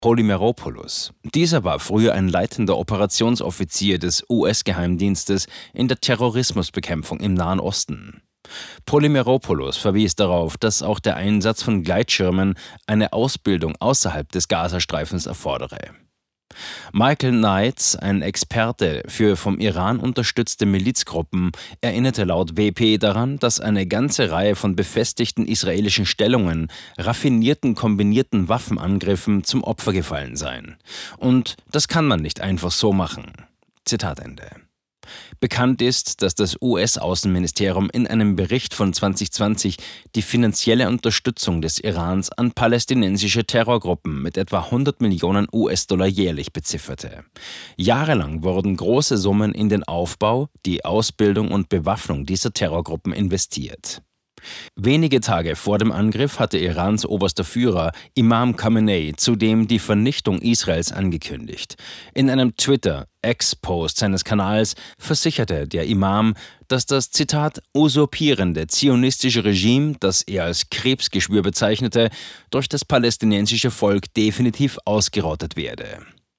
Polymeropoulos. Dieser war früher ein leitender Operationsoffizier des US-Geheimdienstes in der Terrorismusbekämpfung im Nahen Osten. Polymeropoulos verwies darauf, dass auch der Einsatz von Gleitschirmen eine Ausbildung außerhalb des Gazastreifens erfordere. Michael Knights, ein Experte für vom Iran unterstützte Milizgruppen, erinnerte laut WP daran, dass eine ganze Reihe von befestigten israelischen Stellungen raffinierten kombinierten Waffenangriffen zum Opfer gefallen seien. Und das kann man nicht einfach so machen. Zitat Ende. Bekannt ist, dass das US-Außenministerium in einem Bericht von 2020 die finanzielle Unterstützung des Irans an palästinensische Terrorgruppen mit etwa 100 Millionen US-Dollar jährlich bezifferte. Jahrelang wurden große Summen in den Aufbau, die Ausbildung und Bewaffnung dieser Terrorgruppen investiert. Wenige Tage vor dem Angriff hatte Irans oberster Führer Imam Khamenei zudem die Vernichtung Israels angekündigt. In einem Twitter-Ex-Post seines Kanals versicherte der Imam, dass das, Zitat, usurpierende zionistische Regime, das er als Krebsgeschwür bezeichnete, durch das palästinensische Volk definitiv ausgerottet werde.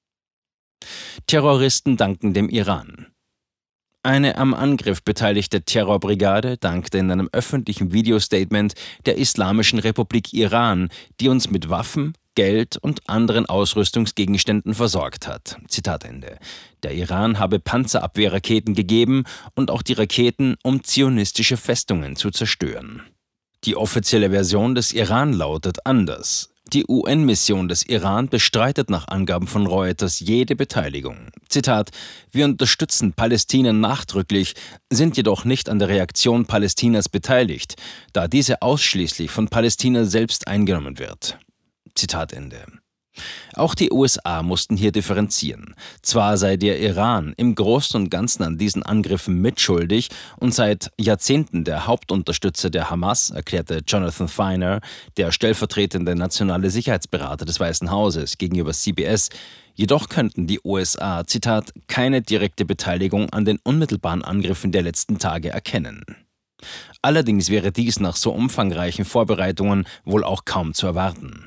Terroristen danken dem Iran. Eine am Angriff beteiligte Terrorbrigade dankte in einem öffentlichen Videostatement der Islamischen Republik Iran, die uns mit Waffen, Geld und anderen Ausrüstungsgegenständen versorgt hat. Zitat Ende. Der Iran habe Panzerabwehrraketen gegeben und auch die Raketen, um zionistische Festungen zu zerstören. Die offizielle Version des Iran lautet anders. Die UN-Mission des Iran bestreitet nach Angaben von Reuters jede Beteiligung. Zitat: Wir unterstützen Palästina nachdrücklich, sind jedoch nicht an der Reaktion Palästinas beteiligt, da diese ausschließlich von Palästina selbst eingenommen wird. Zitat Ende. Auch die USA mussten hier differenzieren. Zwar sei der Iran im Großen und Ganzen an diesen Angriffen mitschuldig und seit Jahrzehnten der Hauptunterstützer der Hamas, erklärte Jonathan Feiner, der stellvertretende nationale Sicherheitsberater des Weißen Hauses, gegenüber CBS, jedoch könnten die USA, Zitat, keine direkte Beteiligung an den unmittelbaren Angriffen der letzten Tage erkennen. Allerdings wäre dies nach so umfangreichen Vorbereitungen wohl auch kaum zu erwarten.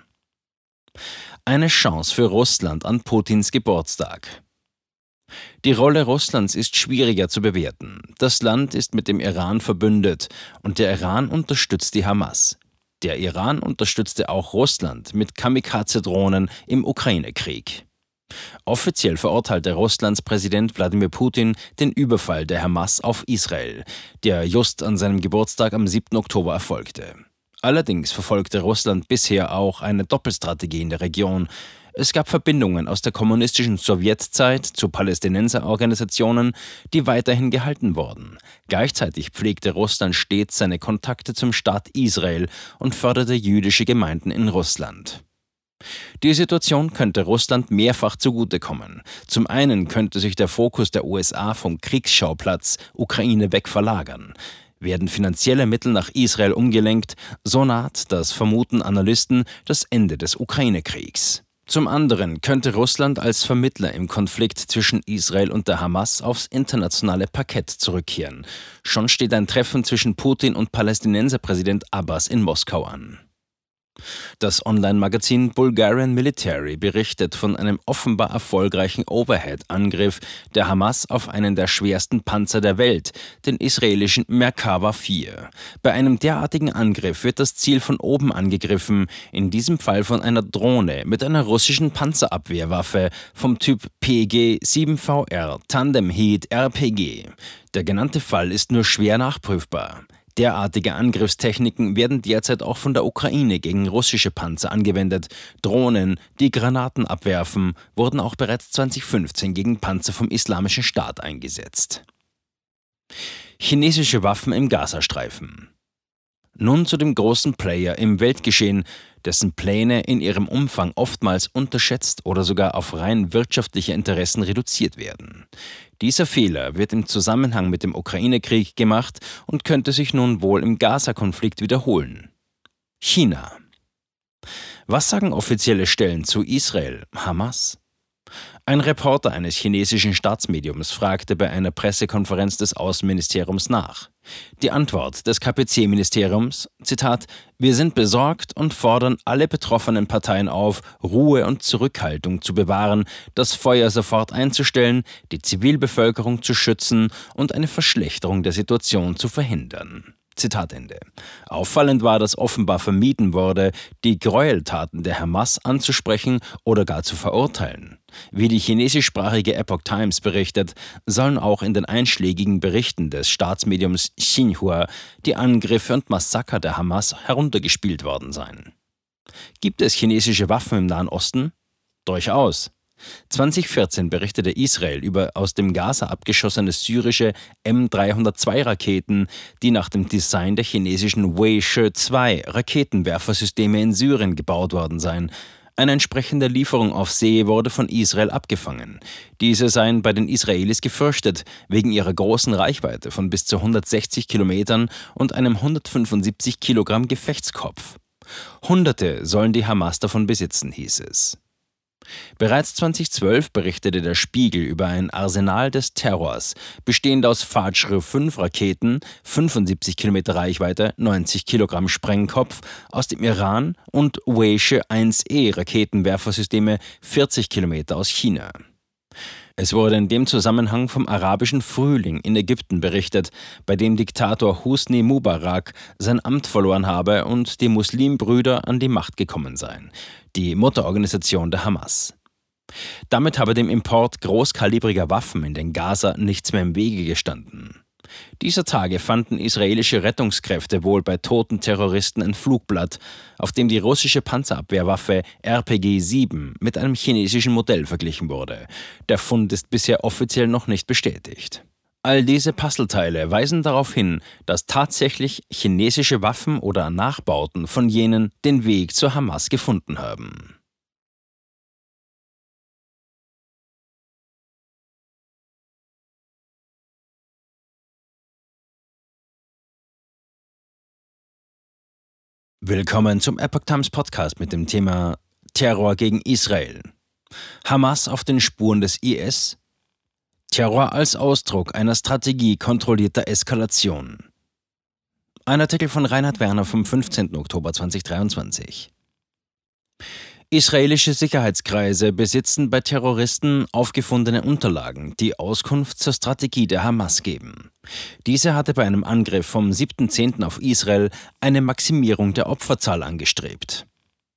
Eine Chance für Russland an Putins Geburtstag. Die Rolle Russlands ist schwieriger zu bewerten. Das Land ist mit dem Iran verbündet und der Iran unterstützt die Hamas. Der Iran unterstützte auch Russland mit Kamikaze-Drohnen im Ukraine-Krieg. Offiziell verurteilte Russlands Präsident Wladimir Putin den Überfall der Hamas auf Israel, der just an seinem Geburtstag am 7. Oktober erfolgte. Allerdings verfolgte Russland bisher auch eine Doppelstrategie in der Region. Es gab Verbindungen aus der kommunistischen Sowjetzeit zu Palästinenserorganisationen, die weiterhin gehalten wurden. Gleichzeitig pflegte Russland stets seine Kontakte zum Staat Israel und förderte jüdische Gemeinden in Russland. Die Situation könnte Russland mehrfach zugutekommen. Zum einen könnte sich der Fokus der USA vom Kriegsschauplatz Ukraine weg verlagern. Werden finanzielle Mittel nach Israel umgelenkt, so naht, das vermuten Analysten, das Ende des Ukraine-Kriegs. Zum anderen könnte Russland als Vermittler im Konflikt zwischen Israel und der Hamas aufs internationale Parkett zurückkehren. Schon steht ein Treffen zwischen Putin und Palästinenserpräsident Abbas in Moskau an. Das Online-Magazin Bulgarian Military berichtet von einem offenbar erfolgreichen Overhead-Angriff der Hamas auf einen der schwersten Panzer der Welt, den israelischen Merkava 4. Bei einem derartigen Angriff wird das Ziel von oben angegriffen, in diesem Fall von einer Drohne mit einer russischen Panzerabwehrwaffe vom Typ PG-7VR Tandem Heat RPG. Der genannte Fall ist nur schwer nachprüfbar. Derartige Angriffstechniken werden derzeit auch von der Ukraine gegen russische Panzer angewendet. Drohnen, die Granaten abwerfen, wurden auch bereits 2015 gegen Panzer vom Islamischen Staat eingesetzt. Chinesische Waffen im Gazastreifen. Nun zu dem großen Player im Weltgeschehen, dessen Pläne in ihrem Umfang oftmals unterschätzt oder sogar auf rein wirtschaftliche Interessen reduziert werden. Dieser Fehler wird im Zusammenhang mit dem Ukraine-Krieg gemacht und könnte sich nun wohl im Gaza-Konflikt wiederholen. China. Was sagen offizielle Stellen zu Israel, Hamas? Ein Reporter eines chinesischen Staatsmediums fragte bei einer Pressekonferenz des Außenministeriums nach. Die Antwort des KPC-Ministeriums, Zitat, „Wir sind besorgt und fordern alle betroffenen Parteien auf, Ruhe und Zurückhaltung zu bewahren, das Feuer sofort einzustellen, die Zivilbevölkerung zu schützen und eine Verschlechterung der Situation zu verhindern." Zitat Ende. Auffallend war, dass offenbar vermieden wurde, die Gräueltaten der Hamas anzusprechen oder gar zu verurteilen. Wie die chinesischsprachige Epoch Times berichtet, sollen auch in den einschlägigen Berichten des Staatsmediums Xinhua die Angriffe und Massaker der Hamas heruntergespielt worden sein. Gibt es chinesische Waffen im Nahen Osten? Durchaus. 2014 berichtete Israel über aus dem Gaza abgeschossene syrische M302-Raketen, die nach dem Design der chinesischen Weishi-2 Raketenwerfersysteme in Syrien gebaut worden seien. Eine entsprechende Lieferung auf See wurde von Israel abgefangen. Diese seien bei den Israelis gefürchtet, wegen ihrer großen Reichweite von bis zu 160 Kilometern und einem 175 Kilogramm Gefechtskopf. Hunderte sollen die Hamas davon besitzen, hieß es. Bereits 2012 berichtete der Spiegel über ein Arsenal des Terrors, bestehend aus Fajr-5-Raketen, 75 Kilometer Reichweite, 90 Kilogramm Sprengkopf, aus dem Iran und Weishi-1E-Raketenwerfersysteme, 40 Kilometer aus China. Es wurde in dem Zusammenhang vom arabischen Frühling in Ägypten berichtet, bei dem Diktator Hosni Mubarak sein Amt verloren habe und die Muslimbrüder an die Macht gekommen seien, die Mutterorganisation der Hamas. Damit habe dem Import großkalibriger Waffen in den Gaza nichts mehr im Wege gestanden. Dieser Tage fanden israelische Rettungskräfte wohl bei toten Terroristen ein Flugblatt, auf dem die russische Panzerabwehrwaffe RPG-7 mit einem chinesischen Modell verglichen wurde. Der Fund ist bisher offiziell noch nicht bestätigt. All diese Puzzleteile weisen darauf hin, dass tatsächlich chinesische Waffen oder Nachbauten von jenen den Weg zur Hamas gefunden haben. Willkommen zum Epoch Times Podcast mit dem Thema Terror gegen Israel. Hamas auf den Spuren des IS? Terror als Ausdruck einer Strategie kontrollierter Eskalation. Ein Artikel von Reinhard Werner vom 15. Oktober 2023. Israelische Sicherheitskreise besitzen bei Terroristen aufgefundene Unterlagen, die Auskunft zur Strategie der Hamas geben. Diese hatte bei einem Angriff vom 7.10. auf Israel eine Maximierung der Opferzahl angestrebt.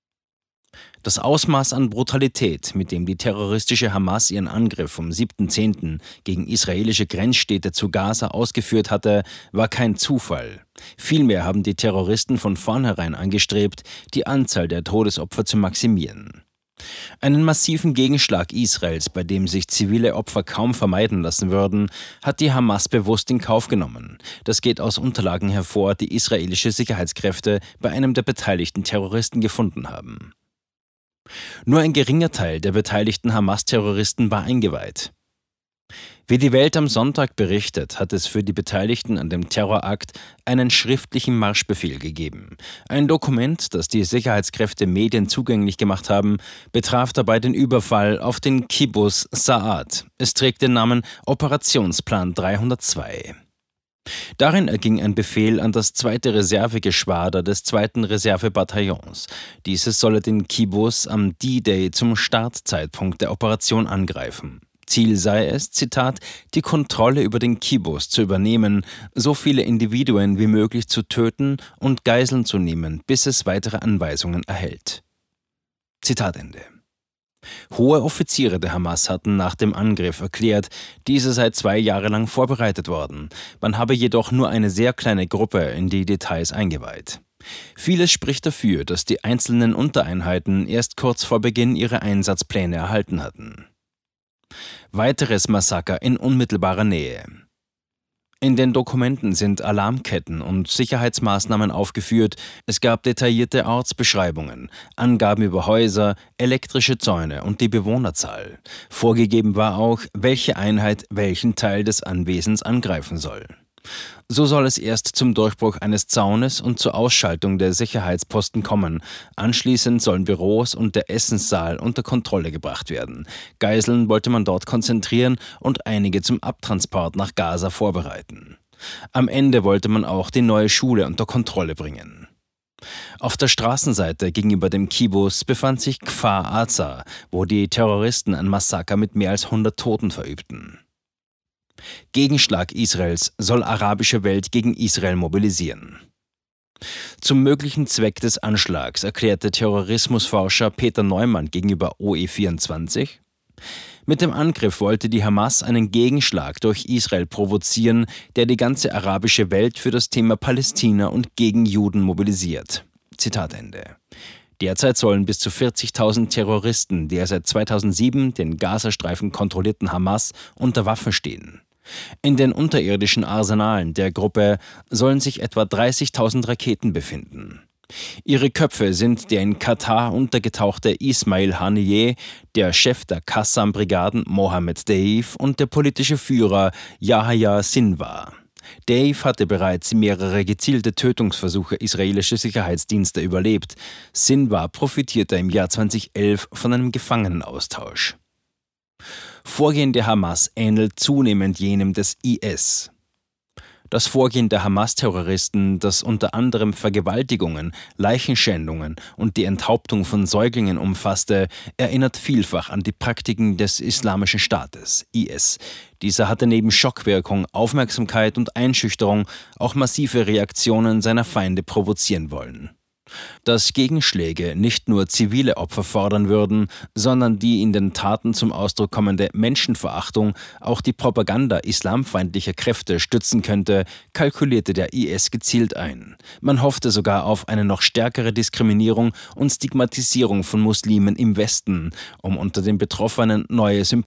Das Ausmaß an Brutalität, mit dem die terroristische Hamas ihren Angriff vom 7.10. gegen israelische Grenzstädte zu Gaza ausgeführt hatte, war kein Zufall. Vielmehr haben die Terroristen von vornherein angestrebt, die Anzahl der Todesopfer zu maximieren. Einen massiven Gegenschlag Israels, bei dem sich zivile Opfer kaum vermeiden lassen würden, hat die Hamas bewusst in Kauf genommen. Das geht aus Unterlagen hervor, die israelische Sicherheitskräfte bei einem der beteiligten Terroristen gefunden haben. Nur ein geringer Teil der beteiligten Hamas-Terroristen war eingeweiht. Wie die Welt am Sonntag berichtet, hat es für die Beteiligten an dem Terrorakt einen schriftlichen Marschbefehl gegeben. Ein Dokument, das die Sicherheitskräfte Medien zugänglich gemacht haben, betraf dabei den Überfall auf den Kibbuz Sa'ad. Es trägt den Namen Operationsplan 302. Darin erging ein Befehl an das 2. Reservegeschwader des 2. Reservebataillons. Dieses solle den Kibbuz am D-Day zum Startzeitpunkt der Operation angreifen. Ziel sei es, Zitat, die Kontrolle über den Kibbuz zu übernehmen, so viele Individuen wie möglich zu töten und Geiseln zu nehmen, bis es weitere Anweisungen erhält. Zitat Ende. Hohe Offiziere der Hamas hatten nach dem Angriff erklärt, diese sei 2 Jahre lang vorbereitet worden. Man habe jedoch nur eine sehr kleine Gruppe in die Details eingeweiht. Vieles spricht dafür, dass die einzelnen Untereinheiten erst kurz vor Beginn ihre Einsatzpläne erhalten hatten. Weiteres Massaker in unmittelbarer Nähe. In den Dokumenten sind Alarmketten und Sicherheitsmaßnahmen aufgeführt, es gab detaillierte Ortsbeschreibungen, Angaben über Häuser, elektrische Zäune und die Bewohnerzahl. Vorgegeben war auch, welche Einheit welchen Teil des Anwesens angreifen soll. So soll es erst zum Durchbruch eines Zaunes und zur Ausschaltung der Sicherheitsposten kommen. Anschließend sollen Büros und der Essenssaal unter Kontrolle gebracht werden. Geiseln wollte man dort konzentrieren und einige zum Abtransport nach Gaza vorbereiten. Am Ende wollte man auch die neue Schule unter Kontrolle bringen. Auf der Straßenseite gegenüber dem Kibbuz befand sich Kfar Aza, wo die Terroristen ein Massaker mit mehr als 100 Toten verübten. Gegenschlag Israels soll arabische Welt gegen Israel mobilisieren. Zum möglichen Zweck des Anschlags erklärte Terrorismusforscher Peter Neumann gegenüber OE24: Mit dem Angriff wollte die Hamas einen Gegenschlag durch Israel provozieren, der die ganze arabische Welt für das Thema Palästina und gegen Juden mobilisiert. Zitat Ende. Derzeit sollen bis zu 40.000 Terroristen der seit 2007 den Gazastreifen kontrollierten Hamas unter Waffen stehen. In den unterirdischen Arsenalen der Gruppe sollen sich etwa 30.000 Raketen befinden. Ihre Köpfe sind der in Katar untergetauchte Ismail Haniyeh, der Chef der Qassam-Brigaden Mohammed Deif und der politische Führer Yahya Sinwar. Deif hatte bereits mehrere gezielte Tötungsversuche israelischer Sicherheitsdienste überlebt. Sinwar profitierte im Jahr 2011 von einem Gefangenenaustausch. Vorgehen der Hamas ähnelt zunehmend jenem des IS. Das Vorgehen der Hamas-Terroristen, das unter anderem Vergewaltigungen, Leichenschändungen und die Enthauptung von Säuglingen umfasste, erinnert vielfach an die Praktiken des Islamischen Staates, IS. Dieser hatte neben Schockwirkung, Aufmerksamkeit und Einschüchterung auch massive Reaktionen seiner Feinde provozieren wollen. Dass Gegenschläge nicht nur zivile Opfer fordern würden, sondern die in den Taten zum Ausdruck kommende Menschenverachtung auch die Propaganda islamfeindlicher Kräfte stützen könnte, kalkulierte der IS gezielt ein. Man hoffte sogar auf eine noch stärkere Diskriminierung und Stigmatisierung von Muslimen im Westen, um unter den Betroffenen neue Sympathien